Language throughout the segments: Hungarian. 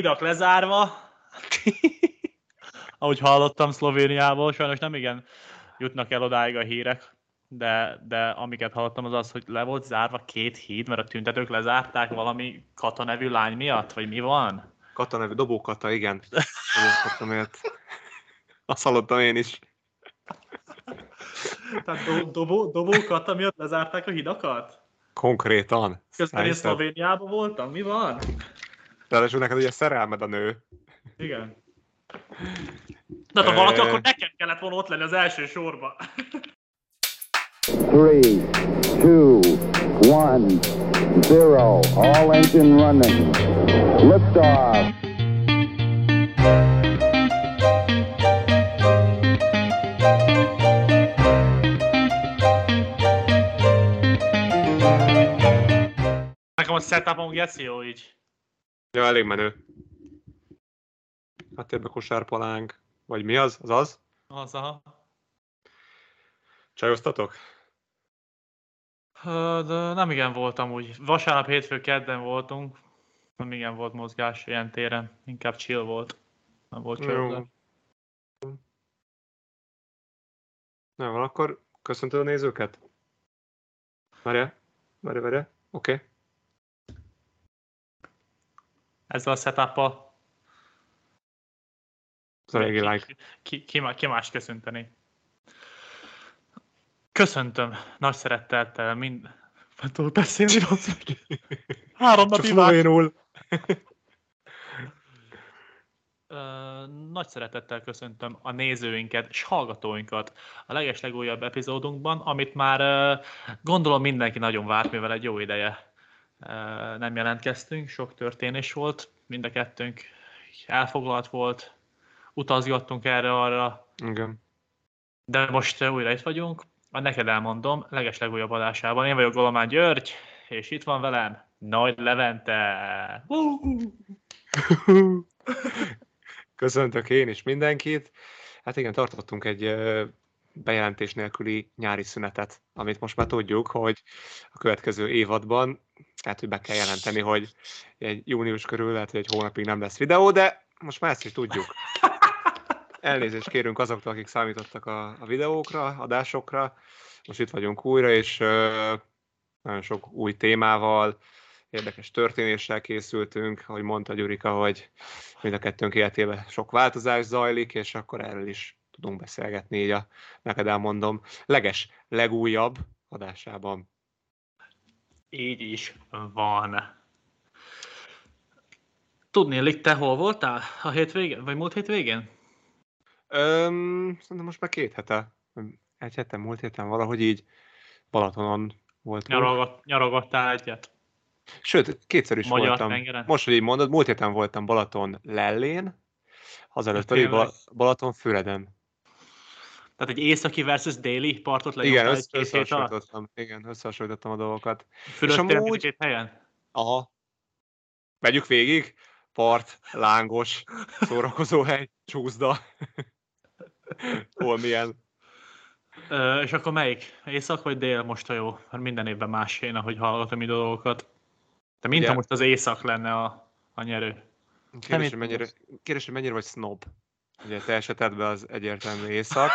hidak lezárva. Ahogy hallottam Szlovéniából, sajnos nem igen jutnak el odáig a hírek, de amiket hallottam az az, hogy le volt zárva 2 híd, mert a tüntetők lezárták valami Kata nevű lány miatt, vagy mi van? Kata nevű, Dobó Kata, igen. Dobó Kata miatt. Azt hallottam én is. Tehát Dobó Kata miatt lezárták a hidakat? Konkrétan. Közben én Szlovéniában voltam, mi van? Ráadásul neked ugye szerelmed a nő. Igen. Na, ha valaki, akkor nekem kellett volna ott lenni az első sorba. 3, 2, 1, 0. All engine running. Liftoff. Nekem a setupom geci jó így. Ja, elég menő. Háttérbe kosárpalánk. Vagy mi az? Az az? Az, aha. Csajoztatok? De nem igen voltam úgy. Vasárnap, hétfő, kedden voltunk. Nem igen volt mozgás ilyen téren. Inkább chill volt. Nem volt csajozás. Na, van, akkor köszöntöd a nézőket? Várja. Oké. Ezzel a setup-a Ez a régi like. ki más köszönteni? Köszöntöm nagy szeretettel Nem tudok beszélni hozzá. 3 napig szlovénul. Nagy szeretettel köszöntöm a nézőinket és hallgatóinkat a legeslegújabb epizódunkban, amit már gondolom mindenki nagyon várt, mivel egy jó ideje nem jelentkeztünk, sok történés volt, mind a kettőnk elfoglalt volt, utazgattunk erre-arra, Igen. de most újra itt vagyunk. A neked elmondom, legeslegújabb adásában. Én vagyok Golomán György, és itt van velem Nagy Levente. Köszöntök én is mindenkit. Hát igen, tartottunk egy bejelentés nélküli nyári szünetet, amit most már tudjuk, hogy a következő évadban, lehet, hogy be kell jelenteni, hogy egy június körül lehet, hogy egy hónapig nem lesz videó, de most már ezt is tudjuk. Elnézést kérünk azoktól, akik számítottak a videókra, adásokra. Most itt vagyunk újra, és nagyon sok új témával, érdekes történéssel készültünk, ahogy mondta Gyurika, hogy mind a kettőnk életében sok változás zajlik, és akkor erről is tudunk beszélgetni, így neked elmondom, legújabb adásában. Így is van. Tudnélik, te hol voltál a hétvégén, vagy múlt hétvégén? Szerintem most már 2 hete, egy hete, múlt héten valahogy így Balatonon voltunk. Nyaragottál egyet? Sőt, 2-szer is Magyar voltam. tengeren? Most, hogy így mondod, múlt héten voltam Balaton Lellén, hazelőtt pedig Balaton Füreden. Tehát egy északi versus déli partot lenyomtál egy 2 hét alatt? Igen, összehasonlítottam a dolgokat. Fülöttél amúgy... két helyen? Aha. Vegyük végig. Part, lángos, szórakozóhely, csúszda. Hol milyen. És akkor melyik? Észak vagy dél most a jó? Mert minden évben más én, ahogy hallgatom így dolgokat. De mint ha most az észak lenne a nyerő. Kérdés, hogy mennyire vagy snob. Ugye te esetedben az egyértelmű észak.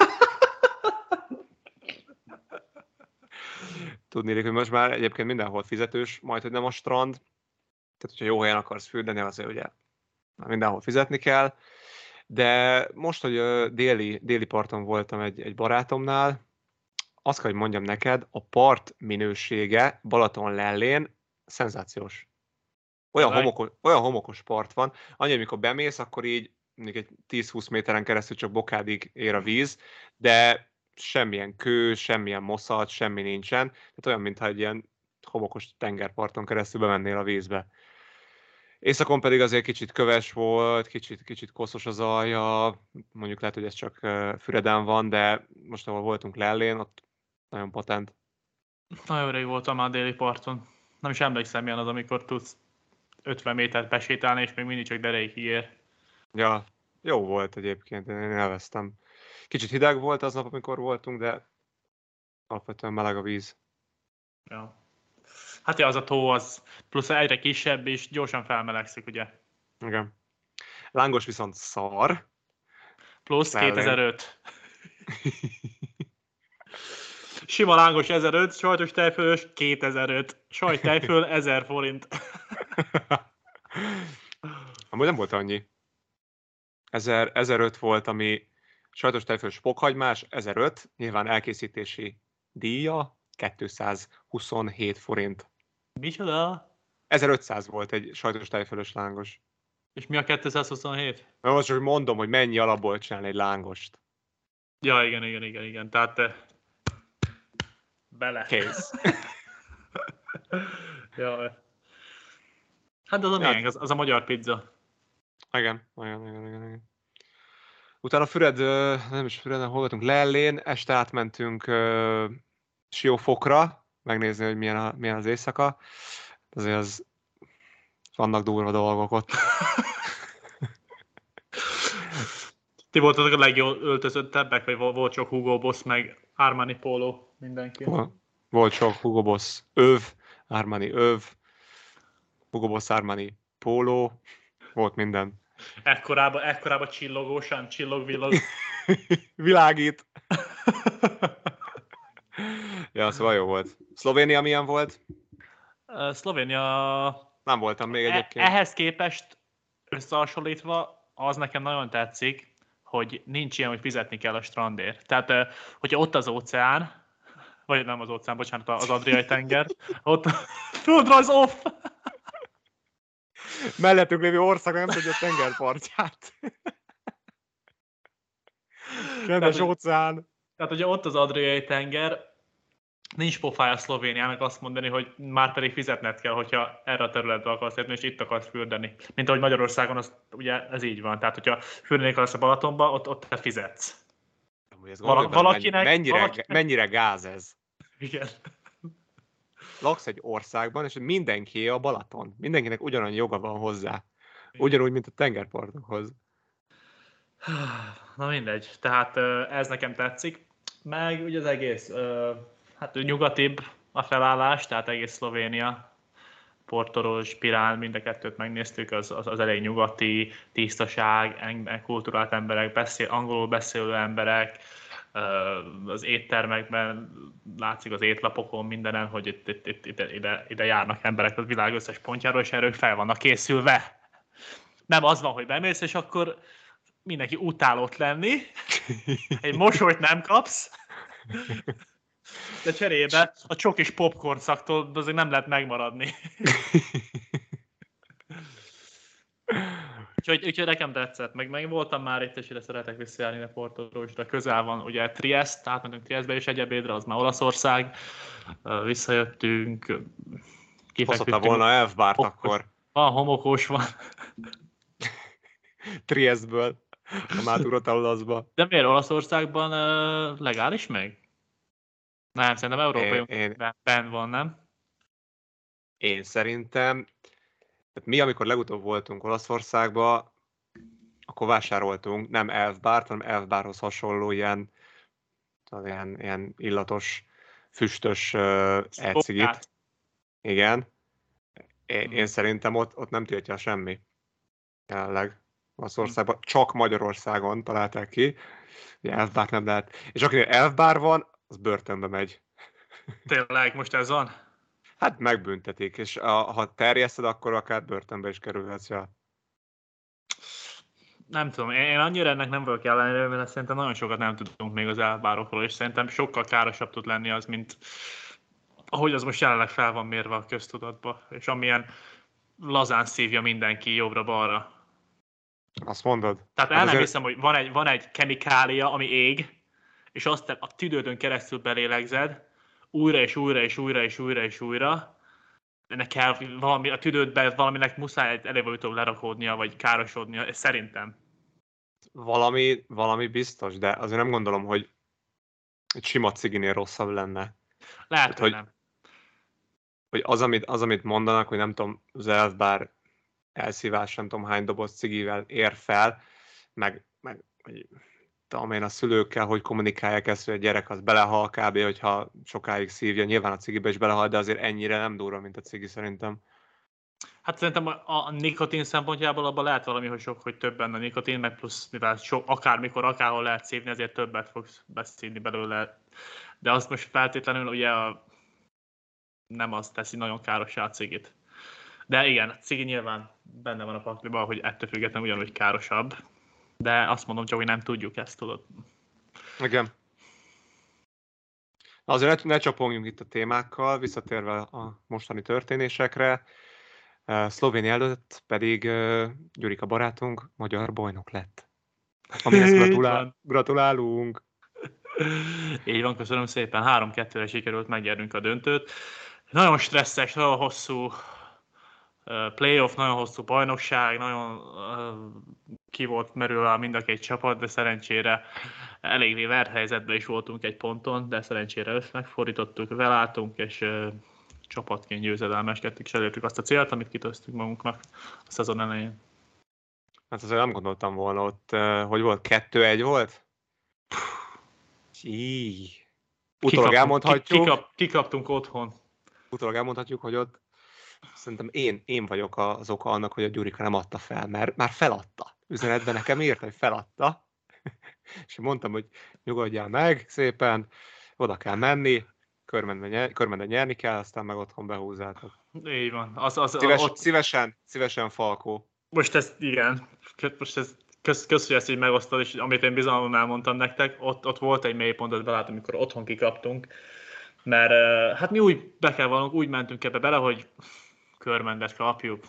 Tudni, hogy most már egyébként mindenhol fizetős, majd hogy nem a strand. Tehát, hogyha jó helyen akarsz fürdeni, azért ugye mindenhol fizetni kell. De most, hogy déli parton voltam egy barátomnál, azt kell, hogy mondjam neked, a part minősége Balaton Lellén szenzációs. Olyan homokos part van, annyi, amikor bemész, akkor így egy 10-20 méteren keresztül csak bokádig ér a víz, de semmilyen kő, semmilyen moszat, semmi nincsen. Tehát olyan, mintha egy ilyen homokos tengerparton keresztül bemennél a vízbe. Északon pedig azért kicsit köves volt, kicsit koszos az alja, mondjuk lehet, hogy ez csak Füreden van, de most, ahol voltunk Lellén, ott nagyon patent. Nagyon rég voltam már déli parton. Nem is emlékszem, milyen az, amikor tudsz 50 métert besétálni, és még mindig csak derékig ér. Ja, jó volt egyébként, én elvesztem. Kicsit hideg volt aznap, amikor voltunk, de alapvetően meleg a víz. Ja. Hát ja, az a tó az plusz egyre kisebb, és gyorsan felmelegszik, ugye? Igen. Lángos viszont szar. Plusz Mellé. 2005. Sima lángos 1005, sajtos tejfölös 2005. Sajttejföl 1000 forint. Amúgy nem volt annyi. 1005 volt, ami sajtos tejfölös fokhagymás, 1005, nyilván elkészítési díja, 227 forint. Micsoda? 1500 volt egy sajtos tejfölös lángos. És mi a 227? Na most csak mondom, hogy mennyi alapból csinálni egy lángost. Ja, igen. Tehát bele. Kész. Ja. Hát az a miénk, az a magyar pizza. Igen. Utána nem is Füreden, hol voltunk? Lellén, este átmentünk Siófokra, megnézni, hogy milyen az éjszaka. Azért vannak durva dolgok ott. Ti voltatok a legjobb öltözöttebbek, vagy volt csak Hugo Boss, meg Armani Polo mindenki? Volt sok Hugo Boss öv, Armani öv, Hugo Boss Armani Polo, volt minden. Ekkorába csillogósan, csillog-villog. Világít. Ja, szóval jó volt. Szlovénia milyen volt? Szlovénia... Nem voltam még egyébként. Ehhez képest összehasonlítva, az nekem nagyon tetszik, hogy nincs ilyen, hogy fizetni kell a strandért. Tehát, hogyha ott az óceán, vagy nem az óceán, bocsánat, az Adriai tenger, ott földrajz off! Mellettünk lévő ország nem tudja a tengerpartját. Rendes óceán. Tehát ugye ott az Adriai tenger, nincs pofája Szlovéniának azt mondani, hogy már pedig fizetned kell, hogyha erre a területre akarsz érni, és itt akarsz fürdeni. Mint ahogy Magyarországon ugye ez így van. Tehát, hogyha fürdeni akarsz a Balatonba, ott te fizetsz. Mennyire gáz ez? Igen. Laksz egy országban, és mindenkié a Balaton. Mindenkinek ugyanannyi joga van hozzá. Ugyanúgy, mint a tengerpartokhoz. Na mindegy. Tehát ez nekem tetszik. Meg ugye az egész, hát nyugatibb a felállás, tehát egész Szlovénia, Portorol, Spirál, mind a kettőt megnéztük, az elég nyugati, tisztaság, kulturált emberek, angolul beszélő emberek, az éttermekben látszik az étlapokon mindenen, hogy ide járnak emberek a világ összes pontjáról, és erről fel vannak készülve. Nem az van, hogy bemész, és akkor mindenki utálott lenni, egy mosolyt nem kapsz, de cserébe a csokis popcorn szaktól azért nem lehet megmaradni. Úgyhogy nekem tetszett, meg voltam már itt, és ide szeretek visszajárni a Portorósra. Közel van ugye Triest, átmentünk Triestbe, és egy ebédre, az már Olaszország. Visszajöttünk, kifeküdtünk. Volna Elfbárt akkor. Homokos van. Triestből, a Mátugrott Olaszba. De miért Olaszországban legális még? Nem, szerintem európai benn van, nem? Én szerintem, mi amikor legutóbb voltunk Olaszországba, akkor vásároltunk nem Elfbárt, hanem Elfbárhoz hasonló ilyen illatos, füstös elcigit. Igen. Én szerintem ott nem tiltja semmi. Jelenleg Olaszországban. Csak Magyarországon találták ki, hogy Elfbárt nem lehet. És akinél Elfbár van, az börtönbe megy. Tényleg, most ez van? Hát megbüntetik, és ha terjeszted, akkor akár börtönbe is kerülhetsz. Ja. Nem tudom, én annyira ennek nem vagyok ellenére, mert szerintem nagyon sokat nem tudunk még az elfbárokról, és szerintem sokkal károsabb tud lenni az, mint ahogy az most jelenleg fel van mérve a köztudatba, és amilyen lazán szívja mindenki jobbra-balra. Azt mondod? Tehát el nem hiszem, hogy van egy kemikália, ami ég, és azt a tüdődön keresztül belélegzed, újra és újra. Ennek kell valami, a tüdődben valaminek muszáj előbb-utóbb lerakódnia, vagy károsodnia, szerintem. Valami biztos, de azért nem gondolom, hogy egy sima ciginél rosszabb lenne. Lehet, hogy nem. Hogy az, amit mondanak, hogy nem tudom, az Elfbár elszívás, nem tudom hány doboz cigivel ér fel, meg hogy tudom én a szülőkkel, hogy kommunikálják ezt, hogy a gyerek az belehal kb., hogyha sokáig szívja, nyilván a cigibe is belehal, de azért ennyire nem durva, mint a cigi szerintem. Hát szerintem a nikotin szempontjából abban lehet valami, hogy több benne a nikotin, meg plusz, mivel akármikor, akárhol lehet szívni, ezért többet fogsz beszívni belőle. De azt most feltétlenül ugye nem az teszi nagyon károssá a cigit. De igen, a cigi nyilván benne van a pakliban, hogy ettől függetlenül ugyanúgy károsabb. De azt mondom csak, hogy nem tudjuk ezt, tudod. Igen. Azért ne csapongjunk itt a témákkal, visszatérve a mostani történésekre. Szlovénia előtt pedig Gyurika barátunk magyar bajnok lett. Amihez gratulálunk! Így van, köszönöm szépen. 3-2-re sikerült megnyernünk a döntőt. Nagyon stresszes, nagyon hosszú playoff, nagyon hosszú bajnokság, nagyon ki volt merülve mind a két csapat, de szerencsére eléggé vert helyzetben is voltunk egy ponton, de szerencsére megfordítottuk, felálltunk, és csapatként győzedelmeskedtük, és elértük azt a célt, amit kitöztünk magunknak a szezon elején. Hát azért nem gondoltam volna ott, hogy volt, 2-1 volt? Utólag elmondhatjuk. Kikaptunk otthon. Utólag elmondhatjuk, hogy ott szerintem én vagyok az oka annak, hogy a Gyurika nem adta fel, mert már feladta. Üzenetben nekem írt, hogy feladta. És mondtam, hogy nyugodjál meg szépen, oda kell menni, körmenden nyerni kell, aztán meg otthon behúzzátok. Így van. Szívesen Falkó. Most ez, igen, kösz, hogy ezt így megosztod, és amit én bizalommal elmondtam nektek, ott volt egy mélypontot belátom, amikor otthon kikaptunk, mert hát mi úgy be kell valnunk, úgy mentünk ebbe bele, hogy Körmendet kapjuk.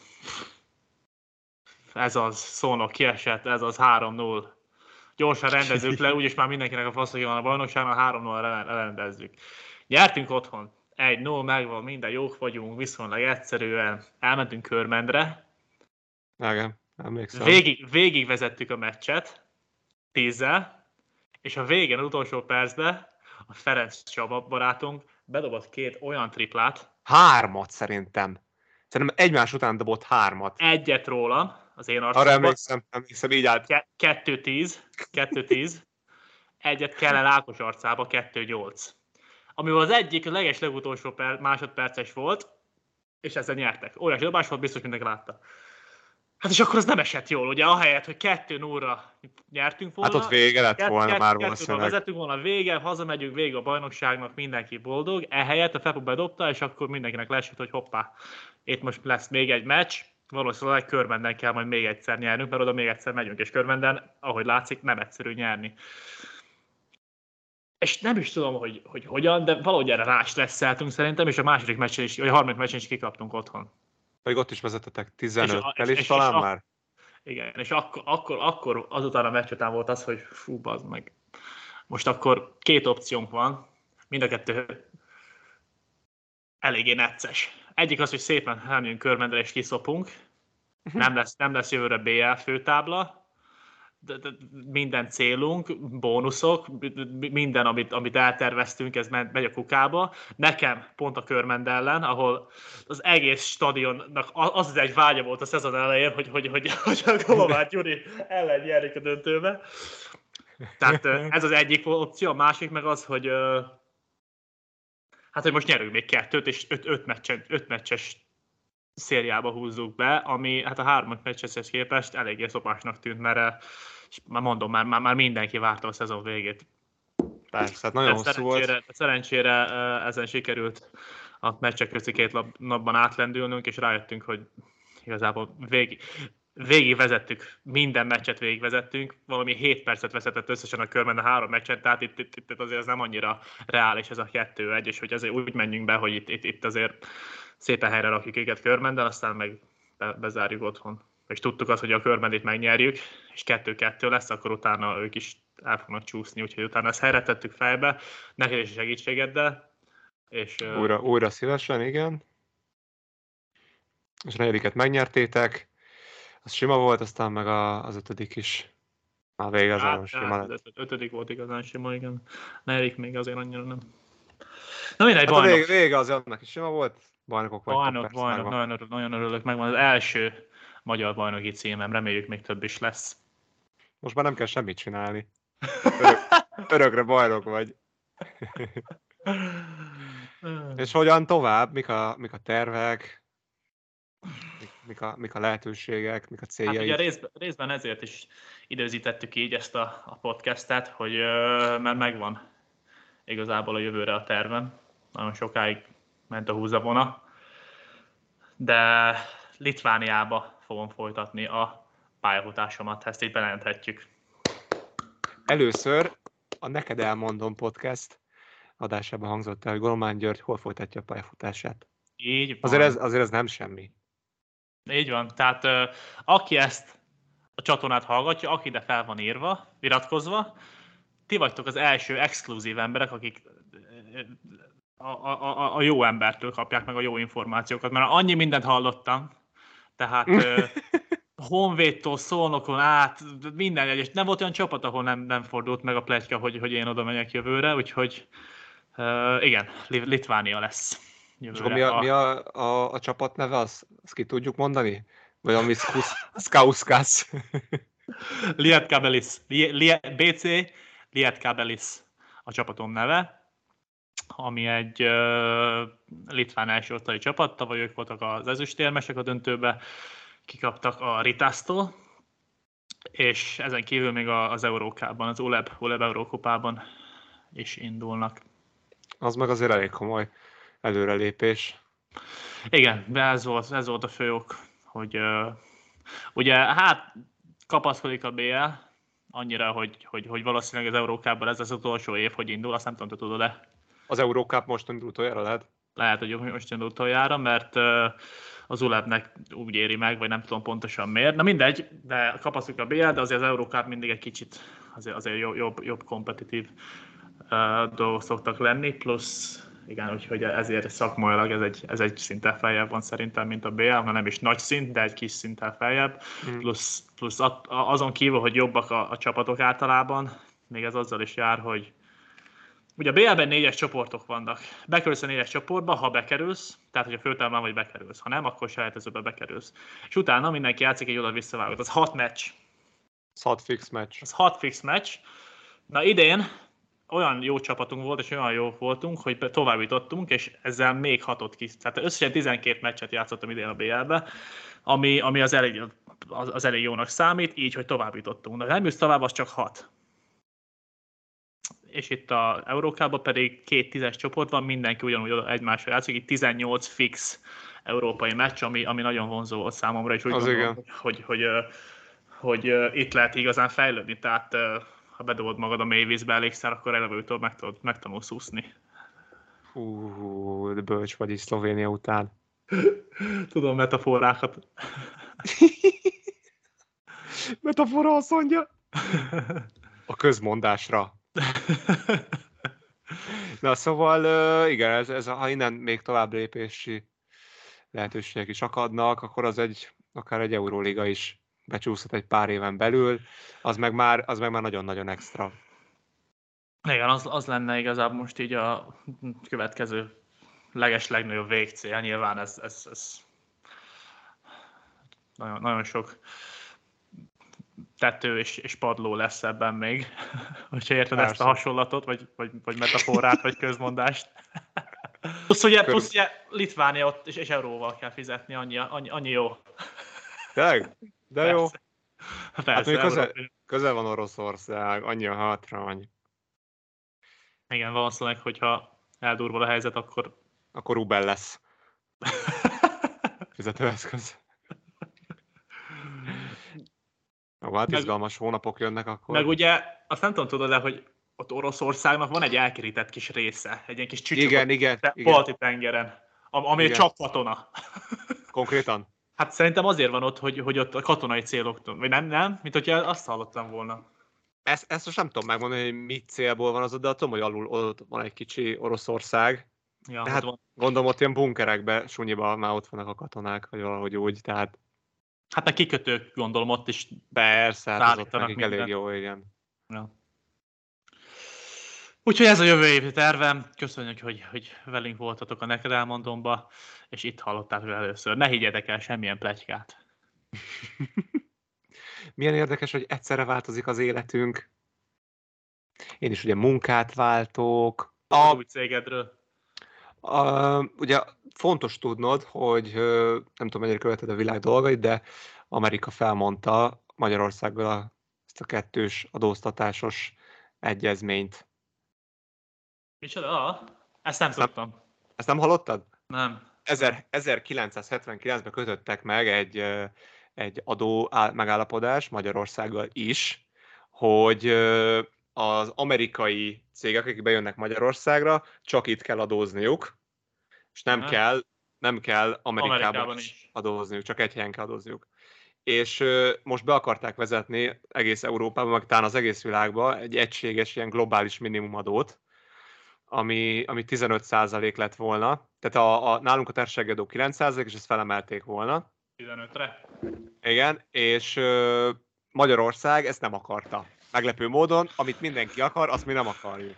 Ez az, Szónok kiesett, ez az 3-0. Gyorsan rendezzük le, úgyis már mindenkinek a faszaki van a bajnokságnál, 3-0 rendezzük. Nyertünk otthon, 1-0 megvan, minden jók vagyunk, viszonylag egyszerűen elmentünk Körmendre. Igen, emlékszem. Végig vezettük a meccset 10-zel, és a végén, az utolsó percben a Ferenc Csaba barátunk bedobott 2 olyan triplát. 3 szerintem. Szerintem egymás után dobott 3. Egyet rólam, az én arcomban. Arra emlékszem, így állt. 2-10. Egyet Kellen Ákos arcába, 2-8. Amivel az egyik a legutolsó másodperces volt, és ezzel nyertek. Óriási dobás volt, biztos mindenki látta. Hát és akkor az nem esett jól, ugye, ahelyett, hogy 2-0-ra nyertünk volna. Hát ott vége lett volna már valószínűleg. Vezettünk volna, vége, hazamegyünk, vége a bajnokságnak, mindenki boldog. Ehelyett a Fepu bedobta, és akkor mindenkinek leesett, hogy hoppá, itt most lesz még egy meccs. Valószínűleg Körmenden kell majd még egyszer nyernünk, mert oda még egyszer megyünk, és Körmenden, ahogy látszik, nem egyszerű nyerni. És nem is tudom, hogy hogyan, de valahogy erre rá is lesszeltünk szerintem, és a második meccsen is, vagy a harmadik meccsen is kikaptunk otthon. Pedig ott is vezettetek 15-tel is talán már? Igen, és akkor azután a meccs után volt az, hogy fú, bazd meg. Most akkor 2 opciónk van, mind a 2 eléggé necces. Egyik az, hogy szépen elmegyünk Körmendre és kiszopunk. Nem lesz jövőre BL főtábla. De minden célunk, bónuszok, minden, amit elterveztünk, ez megy a kukába. Nekem pont a Körmend ellen, ahol az egész stadionnak az egy vágya volt a szezon elején, hogy a Golovát Gyuri ellen nyerjük a döntőbe. Tehát ez az egyik opció, a másik meg az, hogy hát, hogy most nyerünk még 2-t, és 5 meccses szériába húzzuk be, ami hát a 3 meccseshez képest eléggé szopásnak tűnt, mert már mondom, már mindenki várta a szezon végét. Persze, hát nagyon hosszú volt. Szerencsére ezen sikerült a meccsek közti 2 napban átlendülnünk, és rájöttünk, hogy igazából végig vezettük, minden meccset végigvezettünk, valami 7 percet vezetett összesen a Körmend a 3 meccset, tehát itt azért ez nem annyira reális ez a 2-1, és hogy azért úgy menjünk be, hogy itt azért szépen helyre rakjuk őket Körmenden, aztán meg bezárjuk otthon. És tudtuk azt, hogy a Körmendit megnyerjük, és 2-2 lesz, akkor utána ők is el fognak csúszni, úgyhogy utána ezt helyre tettük fejbe, neked is a segítségeddel. És, újra szívesen, igen. És a 4-et megnyertétek, az sima volt, aztán meg az 5. is. Már vége az nagyon sima lett. 5. volt igazán sima, igen. 4. még azért annyira nem. Na mindegy, hát bajnok. A vége az annak is sima volt. Bajnokok vagytok. Bajnok, nagyon örülök, megvan az első magyar bajnoki címem, reméljük még több is lesz. Most már nem kell semmit csinálni. Örökre bajnok vagy. És hogyan tovább? Mik a tervek? mik a lehetőségek, mik a céljai. Hát ugye részben ezért is időzítettük így ezt a podcastet, hogy mert megvan igazából a jövőre a tervem. Nagyon sokáig ment a húzavona, de Litvániába fogom folytatni a pályafutásomat, ezt így bejelenthetjük. Először a Neked Elmondom podcast adásában hangzott el, hogy Golomán György hol folytatja a pályafutását. Így van. Azért ez nem semmi. Így van. Tehát aki ezt a csatornát hallgatja, aki ide fel van írva, iratkozva, ti vagytok az első exkluzív emberek, akik a jó embertől kapják meg a jó információkat, mert annyi mindent hallottam, tehát Honvédtól, Szolnokon át, minden egyes. Nem volt olyan csapat, ahol nem fordult meg a pletyka, hogy én oda megyek jövőre, úgyhogy igen, Litvánia lesz jövőre. És akkor mi a csapat neve, azt ki tudjuk mondani? Vagy ami Skauskas? Lietkabelis. BC Lietkabelis a csapatom neve, ami egy litván elsőosztályi csapat. Tavaly ők voltak az ezüstérmesek a döntőbe, kikaptak a Ritasztól, és ezen kívül még az Eurókában, az ULEB Eurókupában is indulnak. Az meg azért elég komoly előrelépés. Igen, de ez volt a fő ok, hogy ugye hát kapaszkodik a BL annyira, hogy valószínűleg az Eurókában ez az utolsó év, hogy indul, azt nem tudom, te tudod-e? Az Eurocup most indul utoljára, lehet? Lehet, hogy most indul utoljára, mert az ULEB-nek úgy éri meg, vagy nem tudom pontosan miért. Na mindegy, de kapaszkodik a BL, de azért az Eurocup mindig egy kicsit azért jobb kompetitív dolgok szoktak lenni, plusz igen, úgyhogy ezért szakmailag ez egy szinten feljebb van szerintem, mint a BL, mert nem is nagy szint, de egy kis szinten feljebb, plusz azon kívül, hogy jobbak a csapatok általában, még ez azzal is jár, hogy ugye a BL-ben 4-es csoportok vannak. Bekerülsz a 4-es csoportba, ha bekerülsz, tehát hogy a főtáblán vagy bekerülsz. Ha nem, akkor selejtezőbe bekerülsz. És utána mindenki játszik egy oda-visszavágót. Az 6 meccs. Az 6 fix meccs. Az 6 fix meccs. Na idén olyan jó csapatunk volt, és olyan jó voltunk, hogy tovább jutottunk, és ezzel még 6-ot ki. Tehát összesen 12 meccset játszottam idén a BL-be, ami az elég jónak számít, így, hogy tovább jutottunk. De nem jutsz tovább, az csak 6. És itt az Eurókában pedig 2 10-es csoport van, mindenki ugyanúgy egymásra játszik, itt 18 fix európai meccs, ami nagyon vonzó volt számomra, és úgy gondolom, hogy itt lehet igazán fejlődni, tehát ha bedobod magad a mélyvízbe elégszer, akkor elevőtől megtanulsz úszni. De bölcs vagy is Szlovénia után. Tudom metaforákat. Metafora azt mondja. A közmondásra. Na szóval igen, ha innen még tovább lépési lehetőségek is akadnak, akkor akár egy Euróliga is becsúszhat egy pár éven belül, az meg már nagyon-nagyon extra. Igen, az lenne igazából most így a következő legnagyobb végcél. Nyilván ez nagyon, nagyon sok tető és padló lesz ebben még, hogyha érted Persze. Ezt a hasonlatot, vagy metaforát, vagy közmondást. Plusz ugye Litvánia ott és euróval kell fizetni, annyi jó. Tényleg? De jó. Persze, hát még közel van Oroszország, annyi a hátrány. Igen, valószínűleg, hogyha eldurvul a helyzet, akkor rubel lesz. Fizetőeszköz. Hát izgalmas hónapok jönnek akkor. Meg ugye, azt nem tudom, tudod-e, hogy ott Oroszországnak van egy elkerített kis része, egy ilyen kis csücsök igen. balti tengeren, ami csak katona. Konkrétan? Hát szerintem azért van ott, hogy ott a katonai céloktól, vagy nem? Mint hogyha azt hallottam volna. Ezt most nem tudom megmondani, hogy mit célból van az ott, de tudom, hogy alul ott van egy kicsi Oroszország. Ja, tehát gondolom ott ilyen bunkerekben, sunyiban már ott vannak a katonák, vagy valahogy úgy, tehát... Hát a kikötők gondolom ott is. Persze, hát az ott nekik elég jó, igen. Ja. Úgyhogy ez a jövő évi tervem. Köszönjük, hogy velünk voltatok a Neked Elmondomba, és itt hallottátok először. Ne higgyetek el semmilyen pletykát. Milyen érdekes, hogy egyszerre változik az életünk. Én is ugye munkát váltok. Az új cégedről. Ugye fontos tudnod, hogy nem tudom, mennyire követed a világ dolgait, de Amerika felmondta Magyarországgal ezt a kettős adóztatásos egyezményt. Micsoda? Ezt nem tudtam. Ezt nem hallottad? Nem. 1979-ben kötöttek meg egy adó megállapodás Magyarországgal is, hogy az amerikai cégek, akik bejönnek Magyarországra, csak itt kell adózniuk, és nem kell Amerikában is adózniuk, csak egy helyen kell adózniuk. És most be akarták vezetni egész Európában, meg talán az egész világban egy egységes ilyen globális minimumadót, ami 15% lett volna. Tehát nálunk a társasági adó 9%, és ezt felemelték volna. 15-re? Igen, és Magyarország ezt nem akarta. Meglepő módon, amit mindenki akar, azt mi nem akarjuk.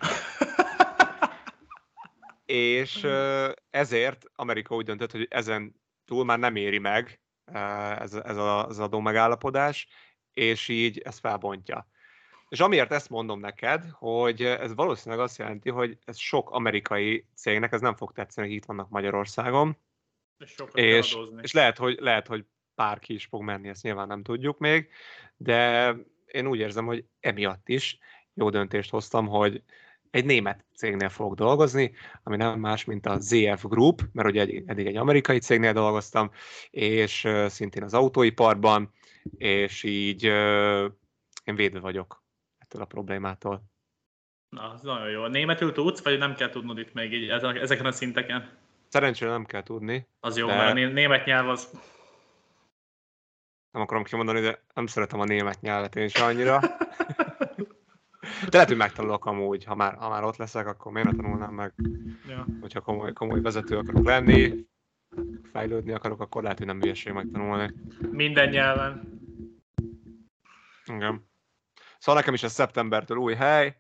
És ezért Amerika úgy döntött, hogy ezen túl már nem éri meg ez az adó megállapodás, és így ezt felbontja. És amiért ezt mondom neked, hogy ez valószínűleg azt jelenti, hogy ez sok amerikai cégnek ez nem fog tetszeni, hogy itt vannak Magyarországon. És lehet, hogy bárki is fog menni, ezt nyilván nem tudjuk még, de én úgy érzem, hogy emiatt is jó döntést hoztam, hogy egy német cégnél fogok dolgozni, ami nem más, mint a ZF Group, mert ugye eddig egy amerikai cégnél dolgoztam, és szintén az autóiparban, és így én védve vagyok ettől a problémától. Na, ez nagyon jó. Németül tudsz, vagy nem kell tudnod itt még így ezeken a szinteken? Szerencsére nem kell tudni. Az jó, mert a német nyelv az... Nem akarom kimondani, de nem szeretem a német nyelvet én is annyira. De lehet, hogy megtanulok amúgy, ha már ott leszek, akkor miért ne tanulnám meg? Ja. Hogyha komoly vezető akarok lenni, fejlődni akarok, akkor lehet, hogy nem hülyeség megtanulni. Minden nyelven. Igen. Szóval nekem is ez szeptembertől új hely,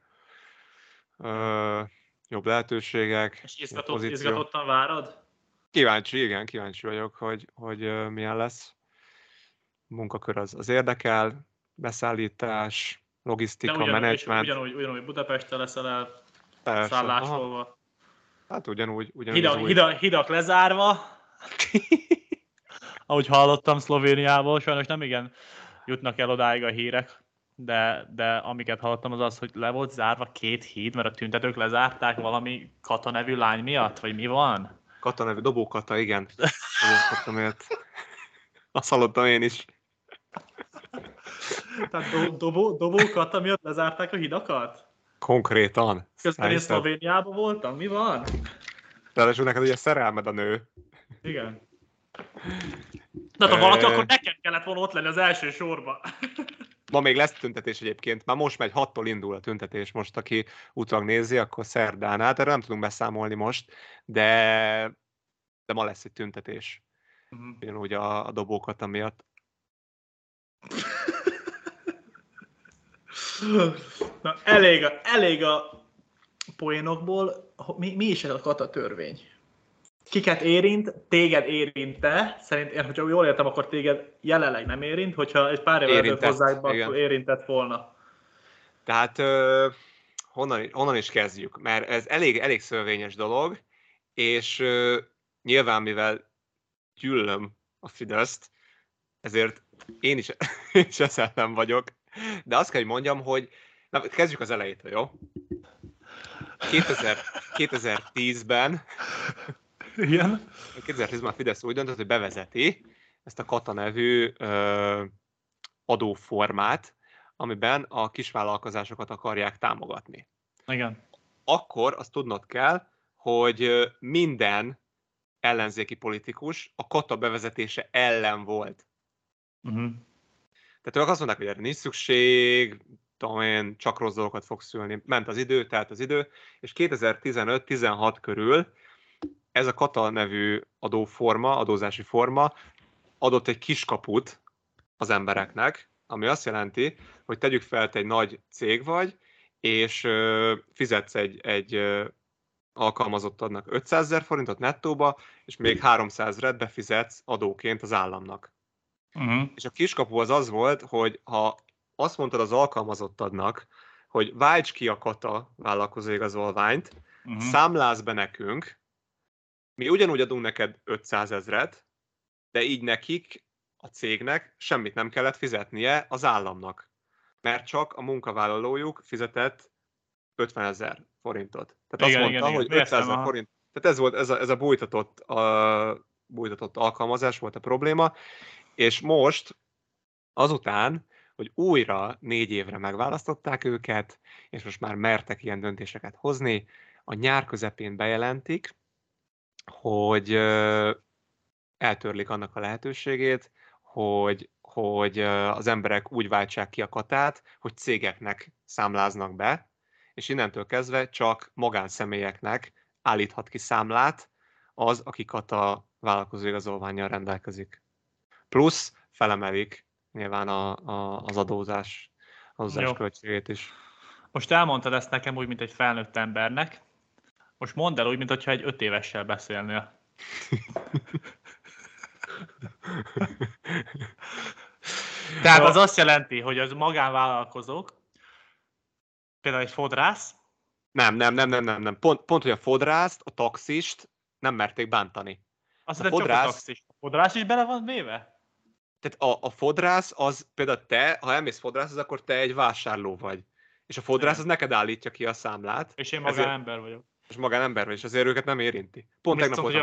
jobb lehetőségek. És izgatottan várod? Kíváncsi vagyok, hogy milyen lesz. A munkakör az érdekel, beszállítás, logisztika, menedzsment. Ugyanúgy Budapesten leszel el, persze, szállásolva. Hát ugyanúgy Hidak lezárva. Ahogy hallottam Szlovéniából, sajnos nem igen jutnak el odáig a hírek, de amiket hallottam az, hogy le volt zárva 2 híd, mert a tüntetők lezárták valami Kata nevű lány miatt, vagy mi van? Kata nevű, Dobó Kata, igen. Azt hallottam én is. Tehát Dobó Kata miatt lezárták a hidakat? Konkrétan. Közben én Szlovéniában voltam, mi van? Ráadásul neked ugye szerelmed a nő. Igen. Na, ha valaki, akkor nekem kellett volna ott lenni az első sorban. Ma még lesz tüntetés egyébként, már most megy, 6-tól indul a tüntetés, most aki utólag nézi, akkor szerdán, hát erre nem tudunk beszámolni most, de ma lesz egy tüntetés. Ugyanúgy a Dobókata miatt. Na, elég a poénokból. Mi is ez a Kata törvény? Kiket érint? Téged érint-e? Szerintem, hogyha jól értem, akkor téged jelenleg nem érint, hogyha egy pár évvel ezelőtt hozzák be, akkor érintett volna. Tehát honnan is kezdjük? Mert ez elég szövevényes dolog, és nyilván mivel gyűlölöm a Fideszt, ezért én is ez ellen vagyok. De azt kell, hogy mondjam, hogy kezdjük az elejétől, jó? 2010-ben igen. 2010-ben a Fidesz úgy döntött, hogy bevezeti ezt a Kata nevű adóformát, amiben a kisvállalkozásokat akarják támogatni. Igen. Akkor azt tudnod kell, hogy minden ellenzéki politikus a Kata bevezetése ellen volt. Tehát ők azt mondták, hogy erre nincs szükség, csak rossz dolgokat fog szülni. Ment az idő, telt az idő, és 2015-16 körül ez a Kata nevű adózási forma adott egy kiskaput az embereknek, ami azt jelenti, hogy tegyük fel, te egy nagy cég vagy, és fizetsz egy alkalmazottadnak 500 000 forintot nettóba, és még 300 000 befizetsz adóként az államnak. És a kiskapu az volt, hogy ha azt mondtad az alkalmazottadnak, hogy válts ki a Kata vállalkozóigazolványt, számlázz be nekünk, mi ugyanúgy adunk neked 500 000, de így nekik, a cégnek semmit nem kellett fizetnie az államnak, mert csak a munkavállalójuk fizetett 50 000 forintot. Tehát azt mondta, hogy 500 000 forint. Tehát ez volt ez a bújtatott alkalmazás volt a probléma, és most azután, hogy újra 4 évre megválasztották őket, és most már mertek ilyen döntéseket hozni, a nyár közepén bejelentik, hogy eltörlik annak a lehetőségét, hogy az emberek úgy váltsák ki a katát, hogy cégeknek számláznak be, és innentől kezdve csak magánszemélyeknek állíthat ki számlát az, aki kata vállalkozóigazolvánnyal rendelkezik. Plusz felemelik nyilván az adózás költségét is. Most elmondtad ezt nekem úgy, mint egy felnőtt embernek. Most mondd el úgy, mintha egy 5 évessel beszélnél. Tehát az azt jelenti, hogy az magánvállalkozók, például egy fodrász. Nem. Pont, hogy a fodrászt, a taxist nem merték bántani. Azt hiszem, csak a taxis. A fodrász is bele van véve? Tehát a fodrász az, például te, ha elmész fodrászhoz, akkor te egy vásárló vagy. És a fodrász az neked állítja ki a számlát. És én magánember vagyok. És magánember vagy, és azért őket nem érinti. Pont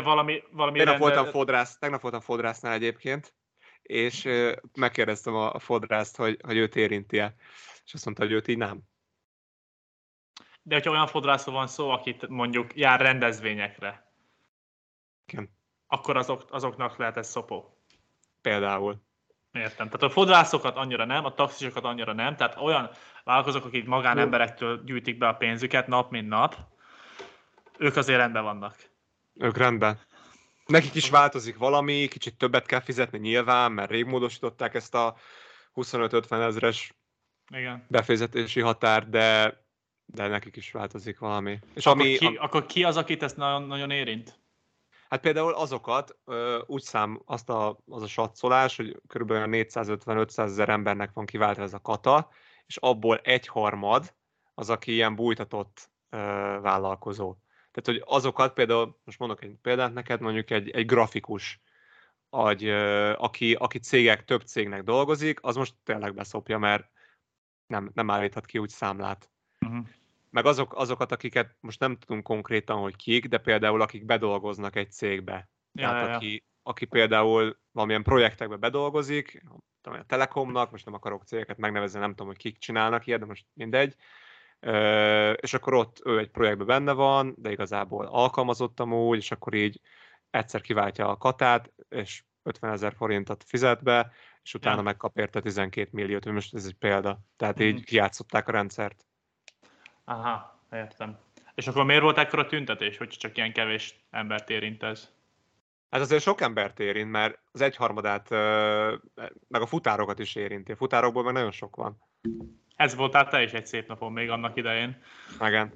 tegnap voltam fodrásznál egyébként, és megkérdeztem a fodrászt, hogy őt érinti-e. És azt mondta, hogy őt így nem. De hogyha olyan fodrászról van szó, akit mondjuk jár rendezvényekre, igen, akkor azoknak lehet ez szopó. Például. Értem. Tehát a fodrászokat annyira nem, a taxisokat annyira nem, tehát olyan vállalkozók, akik magánemberektől gyűjtik be a pénzüket nap, mint nap, ők azért rendben vannak. Ők rendben. Nekik is változik valami, kicsit többet kell fizetni nyilván, mert rég módosították ezt a 25-50 ezres befizetési határ, de nekik is változik valami. És akkor ki az, akit ezt nagyon, nagyon érint? Hát például azokat, az a satszolás, hogy kb. 450-500 ezer embernek van kiváltva ez a kata, és abból 1/3 az, aki ilyen bújtatott vállalkozó. Tehát, hogy azokat például, most mondok egy példát neked, mondjuk egy grafikus, aki több cégnek dolgozik, az most tényleg beszopja, mert nem állíthat ki úgy számlát. Uh-huh. Meg azokat, akiket most nem tudunk konkrétan, hogy kik, de például akik bedolgoznak egy cégbe. Tehát aki például valamilyen projektekbe bedolgozik, a Telekomnak, most nem akarok cégeket megnevezni, nem tudom, hogy kik csinálnak ilyet, de most mindegy. És akkor ott ő egy projektben benne van, de igazából alkalmazott amúgy, és akkor így egyszer kiváltja a katát, és 50 000 forintot fizet be, és utána megkap érte 12 milliót, most ez egy példa. Tehát így kijátszották a rendszert. Aha, értem. És akkor miért volt ekkora tüntetés, hogy csak ilyen kevés embert érint ez? Hát azért sok embert érint, mert az 1/3 meg a futárokat is érinti. A futárokból meg nagyon sok van. Ez voltál te is egy szép napon még annak idején. Igen.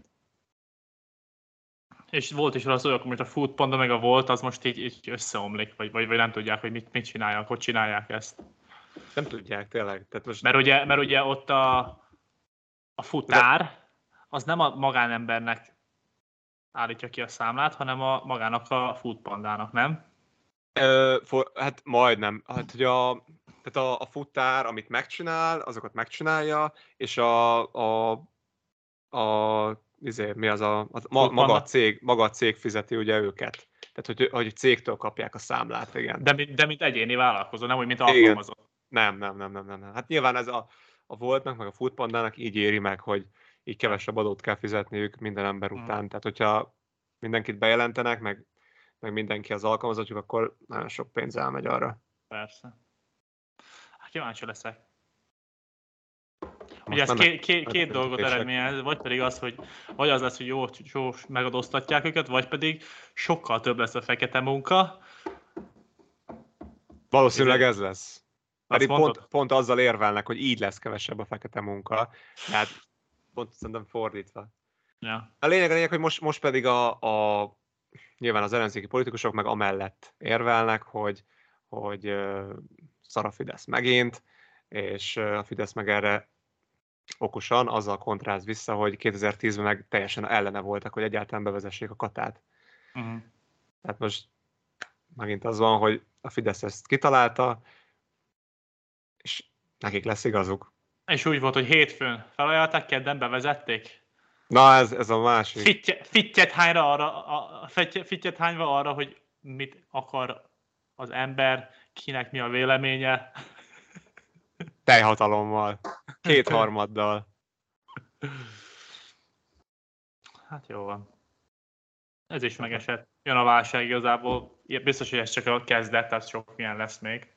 És volt is az olyan, hogy a Foodpanda meg a Volt, az most így összeomlik, vagy nem tudják, hogy mit csinálják, hogy csinálják ezt. Nem tudják, tényleg. Tehát most... mert ugye ott a futár, az nem a magánembernek állítja ki a számlát, hanem magának a Foodpandának, nem? Hát majdnem. Hát, hogy a futár, amit megcsinál, azokat megcsinálja, és maga a cég fizeti ugye őket. Tehát, hogy cégtől kapják a számlát, igen. De mint egyéni vállalkozó, nem úgy, mint alkalmazott. Nem. Hát nyilván ez a Voltnak, meg a Foodpandának így éri meg, hogy így kevesebb adót kell fizetniük minden ember után. Tehát, hogyha mindenkit bejelentenek, meg mindenki az alkalmazottjuk, akkor nagyon sok pénz elmegy arra. Persze. Hát kíváncsi leszek. Ugye ez két dolgot eredményez, vagy pedig az, hogy vagy az lesz, hogy jó megadóztatják őket, vagy pedig sokkal több lesz a fekete munka. Valószínűleg ez lesz. Pedig pont azzal érvelnek, hogy így lesz kevesebb a fekete munka. Tehát pont szerintem fordítva. Ja. A lényeg, hogy most pedig nyilván az ellenzéki politikusok meg amellett érvelnek, hogy szar a Fidesz megint, és a Fidesz meg erre okosan azzal kontráz vissza, hogy 2010-ben meg teljesen ellene voltak, hogy egyáltalán bevezessék a katát. Uh-huh. Tehát most megint az van, hogy a Fidesz ezt kitalálta, és nekik lesz igazuk. És úgy volt, hogy hétfőn felajánlották, kedden bevezették. Na, ez a másik. Fittyet hányva arra, hogy mit akar az ember, kinek mi a véleménye. Teljhatalommal. 2/3. Hát jó van. Ez is megesett. Jön a válság igazából. Biztos, hogy ez csak a kezdet, tehát sok milyen lesz még.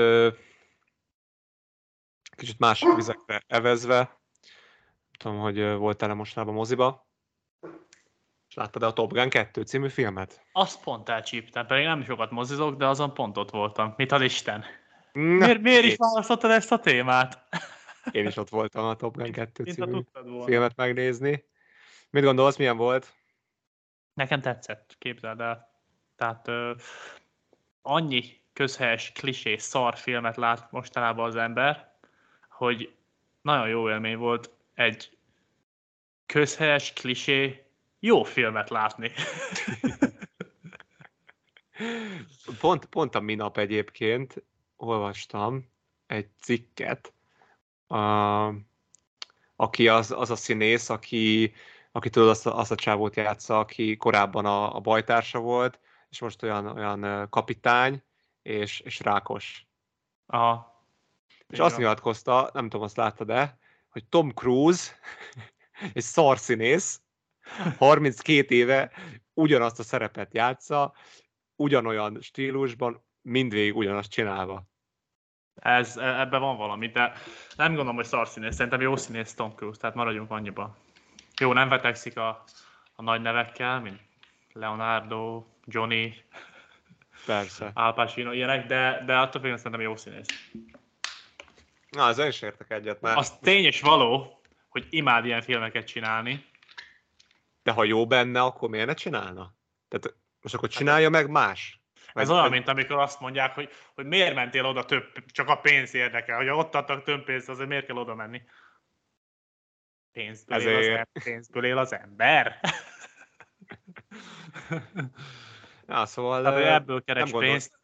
Kicsit másik vizekre evezve. Nem tudom, hogy voltál-e mostanában moziba. És láttad a Top Gun 2 című filmet? Azt pont elcsíptem, pedig nem sokat mozizok, de azon pont ott voltam. Mit ad Isten? Na, Miért is választottad ezt a témát? Én is ott voltam a Top Gun 2 Mint ha című tudtad volna. filmet megnézni. Mit gondolsz, milyen volt? Nekem tetszett, képzeld el. Tehát annyi közhelyes, klisés, szar filmet lát mostanában az ember, hogy nagyon jó élmény volt egy közhelyes, klisé, jó filmet látni. Pont a minap egyébként olvastam egy cikket, aki az a színész, aki tudod azt a csávót játsza, aki korábban a bajtársa volt, és most olyan kapitány, és rákos. Aha. És azt nyilatkozta, nem tudom, azt láttad-e, hogy Tom Cruise egy szarszínész, 32 éve ugyanazt a szerepet játsza, ugyanolyan stílusban, mindvégig ugyanazt csinálva. Ebben van valami, de nem gondolom, hogy szarszínész. Szerintem jó színész Tom Cruise, tehát maradjunk annyiba. Jó, nem vetekszik a nagy nevekkel, mint Leonardo, Johnny, Persze. Al Pacino, ilyenek, de attól függően szerintem jó színész. Na, ezzel is értek egyet, mert... Az tény és való, hogy imád ilyen filmeket csinálni. De ha jó benne, akkor miért ne csinálna? Tehát most akkor csinálja meg más. Ez olyan, mint amikor azt mondják, hogy miért mentél oda csak a pénz érdekel. Hogyha ott adtak több pénzt, azért miért kell oda menni? Pénzből él az ember. Ja, szóval Tehát, hogy ebből keres pénzt.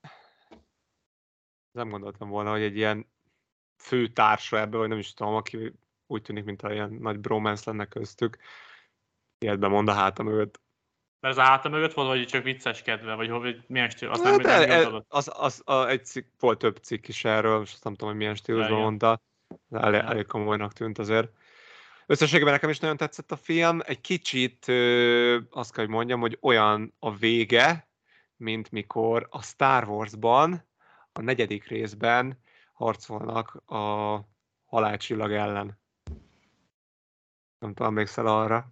Nem gondoltam volna, hogy egy ilyen fő társa ebből, vagy nem is tudom, aki úgy tűnik, mint ilyen nagy bromance lenne köztük. Ilyetben mond a háta mögött. Mert az a háta mögött volt, vagy csak vicceskedve, vagy milyen stíl? Azt egy cikk, volt több cikk is erről, most nem tudom, hogy milyen stílusban mondta. Elég komolynak tűnt azért. Összességében nekem is nagyon tetszett a film. Egy kicsit azt kell, hogy mondjam, hogy olyan a vége, mint mikor a Star Wars-ban, a 4. részben harcolnak a halálcsillag ellen. Nem tudom, emlékszel arra?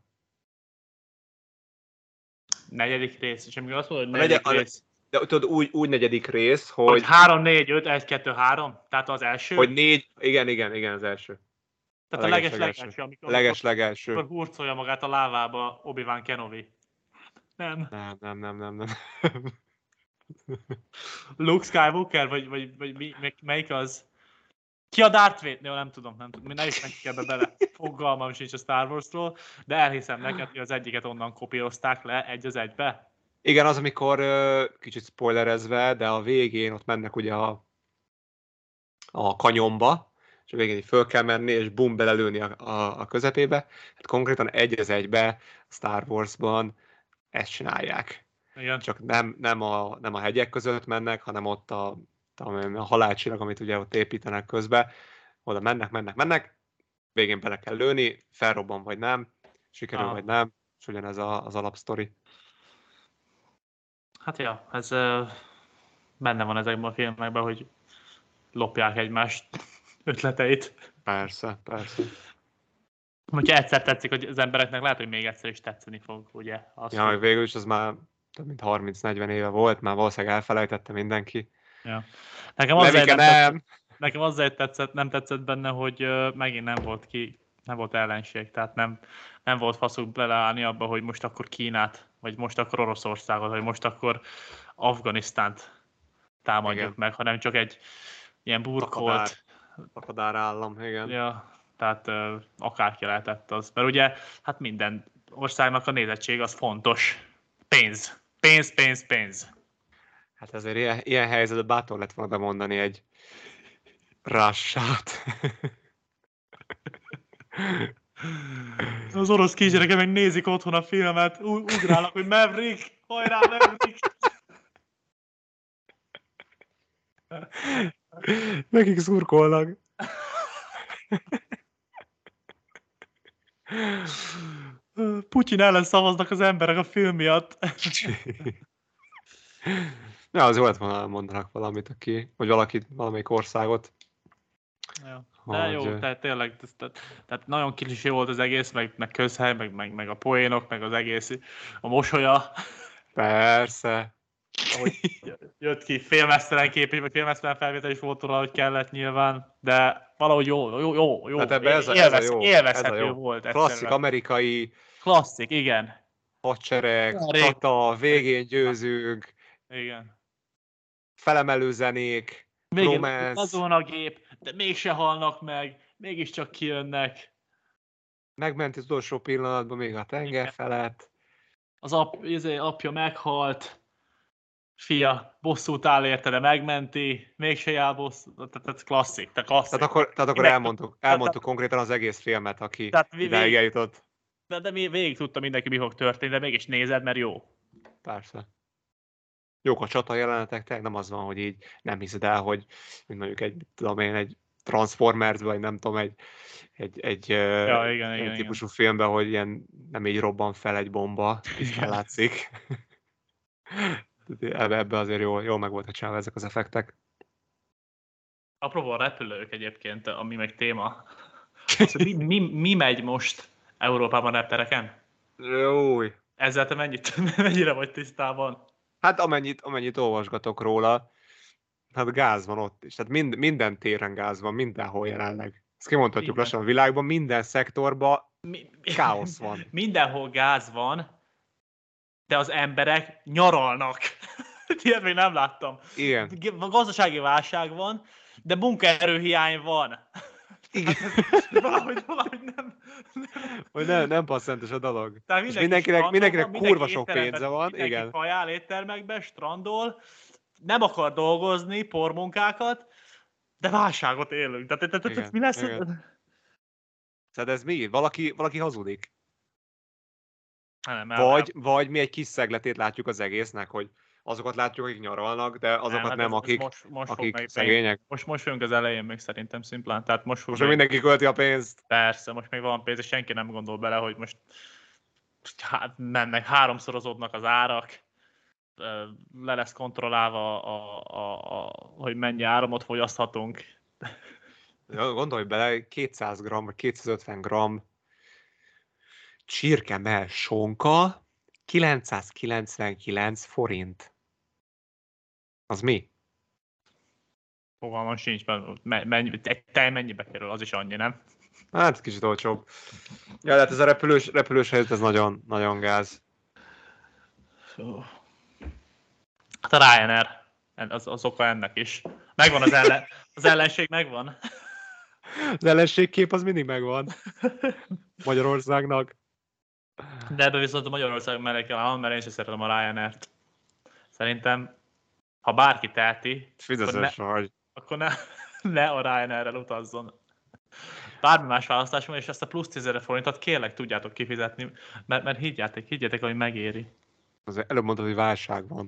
4. rész, és amikor azt mondod, hogy 4. rész... De tudod, úgy 4. rész, hogy... 3, 4, 5, 1, 2, 3, tehát az első? Hogy 4, igen, az első. Tehát a leges-legelső, amikor hurcolja magát a lávába Obi-Wan Kenobi. Nem. Luke Skywalker, vagy melyik az? Ki a Darth Vader? Jó, nem tudom. Ne is menjünk ebbe bele. Fogalmam sincs a Star Warsról, de elhiszem neked, hogy az egyiket onnan kopírozták le egy az egybe. Igen, az, amikor kicsit spoilerezve, de a végén ott mennek ugye a kanyomba, és a végén így föl kell menni, és bum, belelőni a közepébe. Hát konkrétan egy az egybe Star Warsban ezt csinálják. Igen. Csak nem a hegyek között mennek, hanem ott a halálcsillag, amit ugye ott építenek közbe. Oda mennek, végén bele kell lőni, felrobban vagy nem, sikerül vagy nem, és ugyanez az alapsztori. Hát ja, ez benne van ezekben a filmekben, hogy lopják egymást ötleteit. Persze. Hogyha egyszer tetszik, hogy az embereknek lehet, hogy még egyszer is tetszeni fog, ugye? Ja, meg végül is az már több mint 30-40 éve volt, már valószínűleg elfelejtette mindenki. Ja. Nekem azért nem tetszett benne, hogy megint nem volt ellenség, tehát nem volt faszuk beleállni abba, hogy most akkor Kínát, vagy most akkor Oroszországot, vagy most akkor Afganisztánt támadjuk meg, hanem csak egy ilyen burkolt... Takadár állam, igen. Ja, tehát akárki lehetett az. Mert ugye, hát minden országnak a nézettség az fontos. Pénz. Pénz. Hát azért ilyen helyzetben bátor lett volna bemondani egy Rush-át. Az orosz kisgyerekek meg nézik otthon a filmet, ugrálnak, hogy Maverick, hajrá Maverick! Nekik szurkolnak. Putyin ellen szavaznak az emberek a film miatt. Ja, az jó lett volna, mondanak valamit, vagy valakit, valamelyik országot. Ja. De jó, tehát tényleg, tehát nagyon klisé volt az egész, meg közhely, meg a poénok, meg az egész, a mosolya. Persze. Ahogy jött ki, félmeztelen kép, meg félmeztelen felvétel is volt róla, hogy kellett nyilván, de valahogy jó. Hát ebben ez a jó. Élvezhető volt. Klasszik egyszerűen. amerikai Klasszik, igen. hadsereg, csata, végén győzünk, Igen. felemelő zenék, Végén romance. azon a gép, de mégse halnak meg, mégiscsak kijönnek. Megment az utolsó pillanatban még a tenger felett. Az apja meghalt, fia bosszút áll érte, de megmenti, mégse jár bosszút, tehát klasszik, klasszik. Tehát akkor elmondtuk konkrétan az egész filmet, aki idáig eljutott. De végig tudta mindenki, mi fog történni, de mégis nézed, mert jó. Persze. Jók a csata jelenetek, tehát nem az van, hogy így nem hiszed el, hogy mint mondjuk egy Transformers-ben, vagy nem tudom, egy igen. típusú filmben, hogy ilyen nem így robban fel egy bomba, és fellátszik. Ebbe azért jól meg voltak csinálva ezek az effektek. Apropó a repülők egyébként, ami meg téma. Mi megy most Európában reptereken? Jó. Ezzel te mennyire vagy tisztában? Hát amennyit olvasgatok róla, hát gáz van ott is. Tehát minden téren gáz van, mindenhol jelenleg. Ezt kimondhatjuk lassan a világban, minden szektorban káosz van. Mindenhol gáz van, de az emberek nyaralnak. Ilyet még nem láttam. Igen. Gazdasági válság van, de munkaerőhiány van. Igen. valahogy nem. Hogy nem passzentes a dolog. Tehát és mindenkinek kurva sok pénze van. Igen. Kajál éttermekbe, strandol, nem akar dolgozni, pormunkákat, de válságot élünk. Tehát mi lesz? Igen. Tehát ez mi? Valaki hazudik. Vagy mi egy kis szegletét látjuk az egésznek, hogy azokat látjuk, akik nyaralnak, de azokat nem, akik szegények. Most jönk az elején még szerintem szimplán. Tehát most mindenki költi a pénzt. Persze, most még van pénz, és senki nem gondol bele, hogy most mennek, háromszorozódnak az árak, le lesz kontrollálva, hogy mennyi áramot fogyaszthatunk. Gondolj bele, 200 g vagy 250 g csirkemell sonka, 999 forint. Az mi? Fogalmam sincs, egy tej mennyibe kerül, az is annyi, nem? Hát kicsit olcsóbb. Ja, hát ez a repülős helyzet, ez nagyon, nagyon gáz. Hát a Ryanair, az oka ennek is. Megvan az ellenség megvan. Az ellenségkép az mindig megvan. Magyarországnak. De ebben viszont a Magyarország mellé kell állnom, mert én sem szeretem a Ryanair-t. Szerintem, ha bárki teheti, akkor ne a Ryanair-rel utazzon. Bármi más választás van, és ezt a plusz 10 000 forintot kérlek tudjátok kifizetni, mert higgyetek, hogy megéri. Azért előbb mondtad, hogy válság van.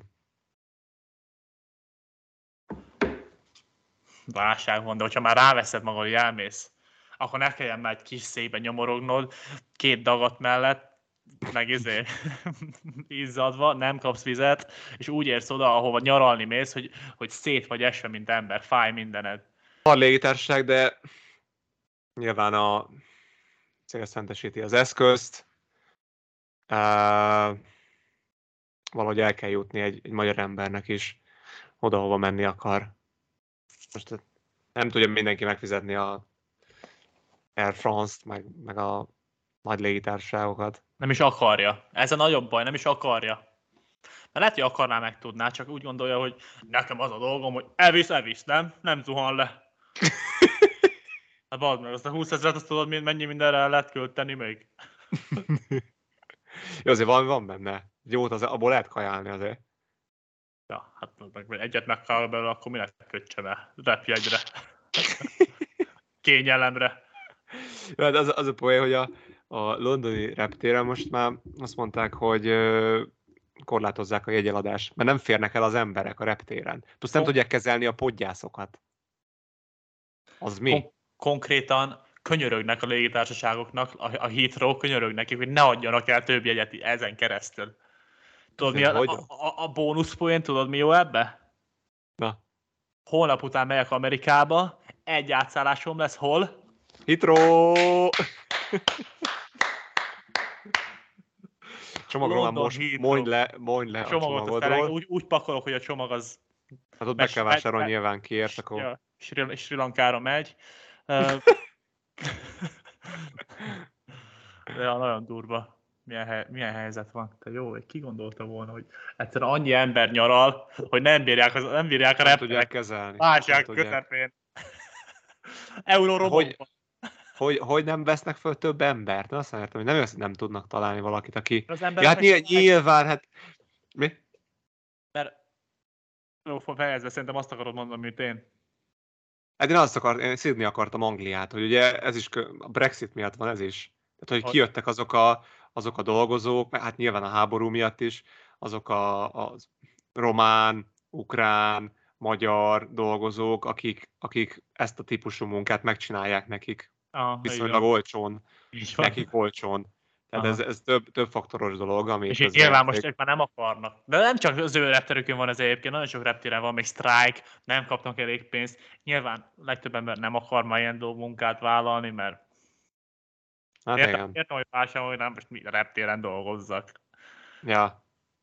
Válság van, de hogyha már ráveszed magad, hogy elmész, akkor ne kelljen már egy kis szépen nyomorognod, 2 dagat mellett, meg izzadva, nem kapsz vizet, és úgy érsz oda, ahova nyaralni mész, hogy szét vagy esve, mint ember, fáj mindened. Van légitársaság, de nyilván a cél szentesíti az eszközt. Valahogy el kell jutni egy magyar embernek is oda, hova menni akar. Most nem tudja mindenki megfizetni a Air France-t, meg a nagy légitársaságokat. Nem is akarja. Ez a nagyobb baj, nem is akarja. Mert lehet, hogy akarná, meg tudná, csak úgy gondolja, hogy nekem az a dolgom, hogy elvisz, nem zuhan le. Hát bazd meg, azt a 20 000-et, azt tudod, mennyi mindenre el lehet költeni még? Jó, azért van benne. Jót abból lehet kajálni azért. Ja, hát egyet megkál belőle, akkor minek kötse el? Repjegyre. Kényelemre. Hát az a poén, hogy a londoni reptéren most már azt mondták, hogy korlátozzák a jegyeladást, mert nem férnek el az emberek a reptéren. Plusz nem tudják kezelni a podgyászokat. Az mi? Konkrétan könyörögnek a légitársaságoknak, a Heathrow könyörög nekik, hogy ne adjanak el több jegyet ezen keresztül. Tudod, mi a bónuszpoén, tudod, mi jó ebbe? Na. Holnap után megyek Amerikába, egy átszállásom lesz, hol? Heathrow! Csomagról most mondj le a csomagodról. Úgy pakolok, hogy a csomag az... Hát ott be kell vásárolni nyilván kiért, akkor... Ja, Sri Lankára megy. Ja, nagyon durva. Milyen helyzet van. Te jó, ki gondolta volna, hogy egyszerűen annyi ember nyaral, hogy nem bírják a repterek. Tudják kezelni. Válság közepén. Eurórobotban. Hogy nem vesznek föl több embert? Azt mondtam, hogy nem tudnak találni valakit, aki... Ja, hát nyilván, hát... Mi? Mert... Jó, fejezve, szerintem azt akarod mondani, mint én. Hát én szídni akartam Angliát, hogy ugye ez is a Brexit miatt van ez is. Tehát, hogy kijöttek azok a dolgozók, hát nyilván a háború miatt is, azok a román, ukrán, magyar dolgozók, akik ezt a típusú munkát megcsinálják nekik. Viszonylag olcsón. Nekik olcsón. Tehát ez több faktoros dolog, ami... És nyilván most ők már nem akarnak. De nem csak az ő repterükön van ez egyébként, nagyon sok reptéren van még sztrájk, nem kapnak elég pénzt. Nyilván legtöbb ember nem akar már ilyen munkát vállalni, mert hát értem, hogy válság, hogy nem most mi reptéren dolgozzak. Ja.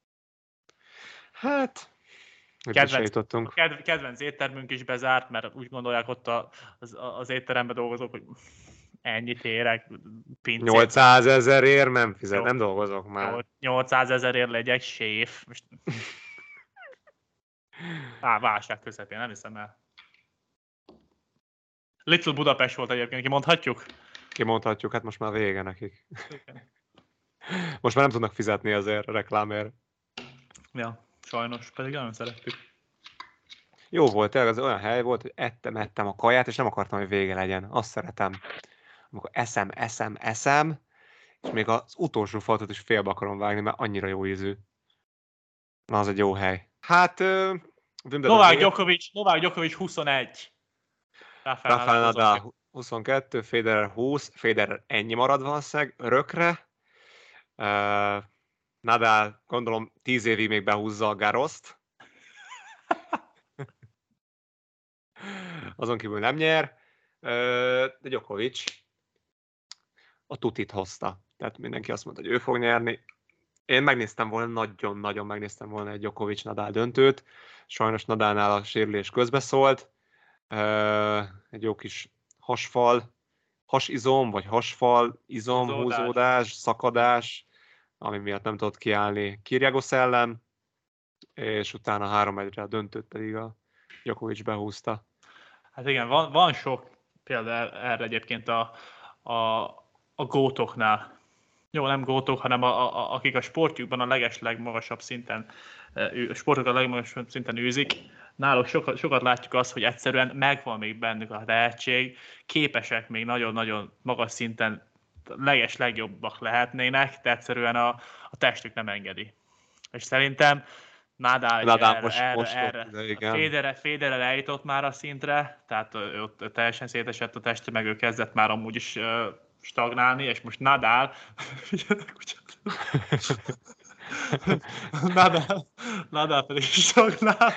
Hát... Kedvenc éttermünk is bezárt, mert úgy gondolják ott az étteremben dolgozók, hogy ennyit érek, pincét. 800 000 nem fizet, nem dolgozok már. 800 000 legyek séf. Most... válság közepén, nem hiszem el. Little Budapest volt egyébként, kimondhatjuk? Kimondhatjuk, hát most már vége nekik. Most már nem tudnak fizetni azért reklámért. Ja, sajnos, pedig nagyon szerettük. Jó volt, tényleg az olyan hely volt, hogy ettem a kaját, és nem akartam, hogy vége legyen. Azt szeretem. Amikor eszem, és még az utolsó faltot is félbe akarom vágni, mert annyira jó ízű. Na, az egy jó hely. Hát... Novák Djokovic 21. Rafael Nadal 22, Federer 20, Federer ennyi marad valószínűleg örökre. Nadal gondolom 10 évig még behúzza a Garrost. Azon kívül nem nyer. De Djokovic a tutit hozta. Tehát mindenki azt mondta, hogy ő fog nyerni. Én megnéztem volna, nagyon megnéztem volna egy Djokovic-Nadal döntőt. Sajnos Nadalnál a sérülés közbeszólt. Egy jó kis hasizom, vagy húzódás, szakadás, ami miatt nem tudott kiállni Kyrgios ellen, és utána 3-1-re a döntőt pedig a Djokovic behúzta. Hát igen, van sok példa erre egyébként a gótoknál. Jó, nem gótok, hanem akik a sportjukban a legmagasabb szinten űzik. Náluk sokat látjuk azt, hogy egyszerűen megvan még bennük a tehetség, képesek még nagyon-nagyon magas szinten legjobbak lehetnének, de egyszerűen a testük nem engedi. És szerintem Nadal erre Federer eljutott már a szintre, tehát ott teljesen szétesett a teste, meg ő kezdett már amúgy is stagnálni, és most Nadal pedig stagnál.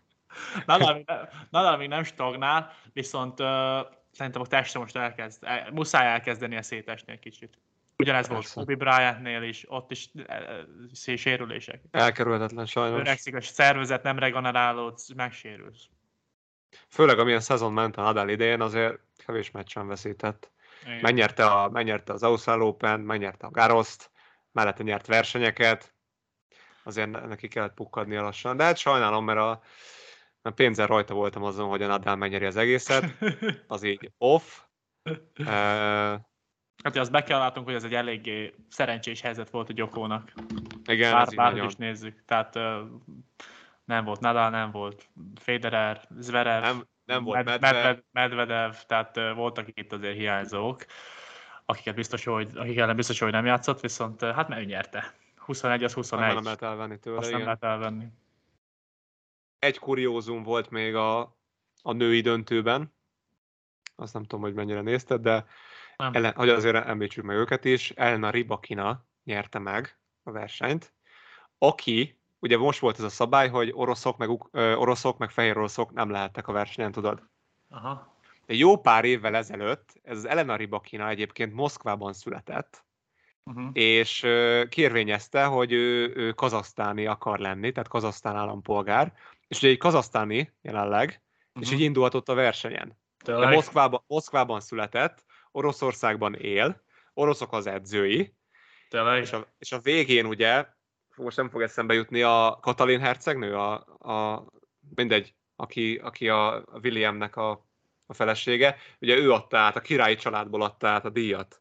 Nadal még nem stagnál, viszont szerintem a teste most muszáj elkezdeni szétesni egy kicsit. Ugyanez volt Kobe Bryantnél is, ott is sérülések. Elkerülhetetlen sajnos. Öregszik a szervezet, nem regenerálódsz, megsérülsz. Főleg amilyen szezon ment a Nadal idején, azért kevés meccsen veszített. Megnyerte az Ausztrál Open, megnyerte a Garrost, mellette nyert versenyeket, azért neki kellett pukkadnia lassan, de hát sajnálom, mert pénzzel rajta voltam azon, hogy a Nadal megnyeri az egészet, az így off. Hát azt be kell látnunk, hogy ez egy eléggé szerencsés helyzet volt a Gyokónak. Igen, ez így Bárhogy nagyon. is nézzük. Tehát nem volt Nadal, nem volt Federer, Zverev, Nem volt medve. Medvedev, tehát voltak itt azért hiányzók, akik ellen biztos, hogy nem játszott, viszont hát mert ő nyerte. 21 az 21. Nem lehet elvenni tőle, Azt nem igen. lehet elvenni. Egy kuriózum volt még a női döntőben. Azt nem tudom, hogy mennyire nézted, de hogy azért említsük meg őket is. Elena Rybakina nyerte meg a versenyt, aki, ugye most volt ez a szabály, hogy oroszok meg fehér oroszok nem lehettek a versenyen, tudod? Aha. De jó pár évvel ezelőtt ez az Elena Rybakina egyébként Moszkvában született, és kérvényezte, hogy ő kazahsztáni akar lenni, tehát Kazahsztán állampolgár, és ugye egy kazahsztáni jelenleg, és így indulhatott a versenyen. De Moszkvában született, Oroszországban él, oroszok az edzői, és a végén ugye, most nem fog eszembe jutni, a Katalin hercegnő, mindegy, aki a Williamnek a felesége, ugye ő adta át, a királyi családból adta át a díjat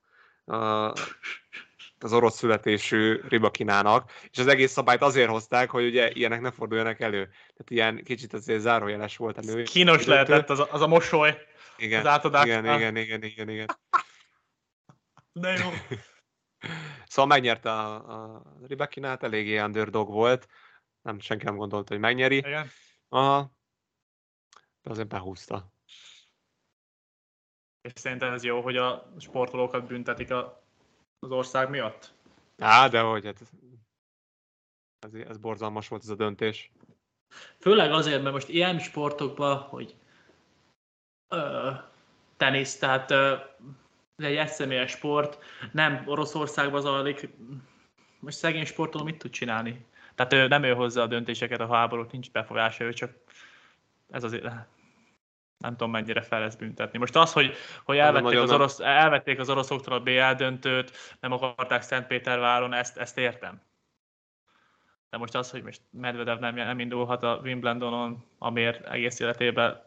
az orosz születésű Rybakinának, és az egész szabályt azért hozták, hogy ugye ilyenek ne forduljanak elő. Tehát ilyen kicsit azért zárójeles volt a nő. Kínos lehetett az a mosoly, igen, az átadásnál. Igen. De jó. Szóval megnyerte a Rybakinát, eléggé underdog volt, senki nem gondolta, hogy megnyeri. Igen. Aha. De azért behúzta. És szerintem ez jó, hogy a sportolókat büntetik az ország miatt? De hogy, hát ez borzalmas volt ez a döntés. Főleg azért, mert most ilyen sportokban, hogy tenisz, tehát ez egy egyszemélyes sport, nem Oroszországban zajlik, most szegény sportoló mit tud csinálni? Tehát nem ő hozza a döntéseket, a háborút nincs befolyása, ő csak ez azért nem tudom mennyire fel lesz büntetni. Most az, hogy elvették az oroszoktól a BL döntőt, nem akarták Szentpéterváron, ezt értem. De most az, hogy most Medvedev nem indulhat a Wimbledonon, amiért egész életében...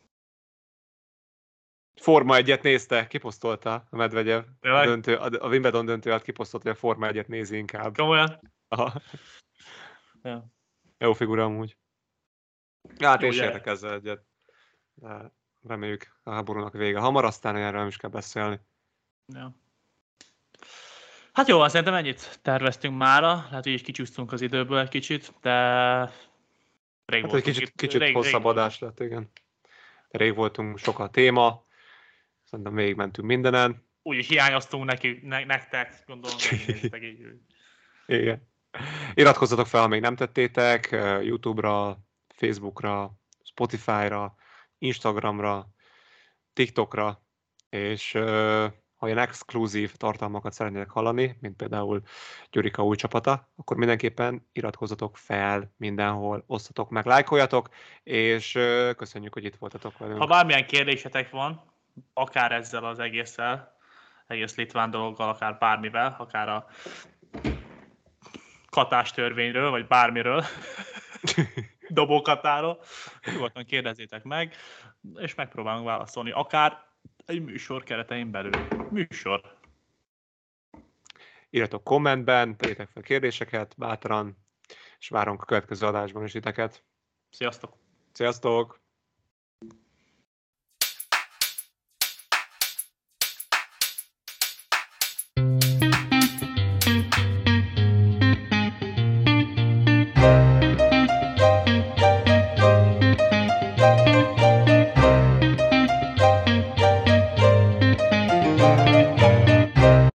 Forma 1-et nézte, kiposztolta a Medvedev döntő, a Wimbledon döntő alatt kiposztolt, hogy a Forma 1-et nézi inkább. Komolyan? Aha. Ja. Jó figura amúgy. Hát én is értek ezzel egyet. De reméljük a háborúnak vége hamar, aztán erről nem is kell beszélni. Ja. Hát jó, szerintem ennyit terveztünk mára, lehet, hogy is kicsúsztunk az időből egy kicsit, de rég hát voltunk egy kicsit hosszabb adás lett, igen. Rég voltunk, sok a téma, szerintem végigmentünk mindenen. Úgyis hiányoztunk nektek, gondolom, megnéztek így. Igen. Iratkozzatok fel, ha még nem tettétek, YouTube-ra, Facebook-ra, Spotify-ra, Instagramra, TikTokra, és ha ilyen exkluzív tartalmakat szeretnétek hallani, mint például Gyurika új csapata, akkor mindenképpen iratkozzatok fel mindenhol, osztatok meg, lájkoljatok, és köszönjük, hogy itt voltatok velünk. Ha bármilyen kérdésetek van, akár ezzel az egész litván dologgal, akár bármivel, akár a katás törvényről, vagy bármiről, dobókatáról, nyugodtan kérdezzétek meg, és megpróbálunk válaszolni, akár egy műsor keretein belül. Műsor. Írjatok kommentben, tegyétek fel kérdéseket bátran, és várunk a következő adásban is titeket. Sziasztok! Sziasztok!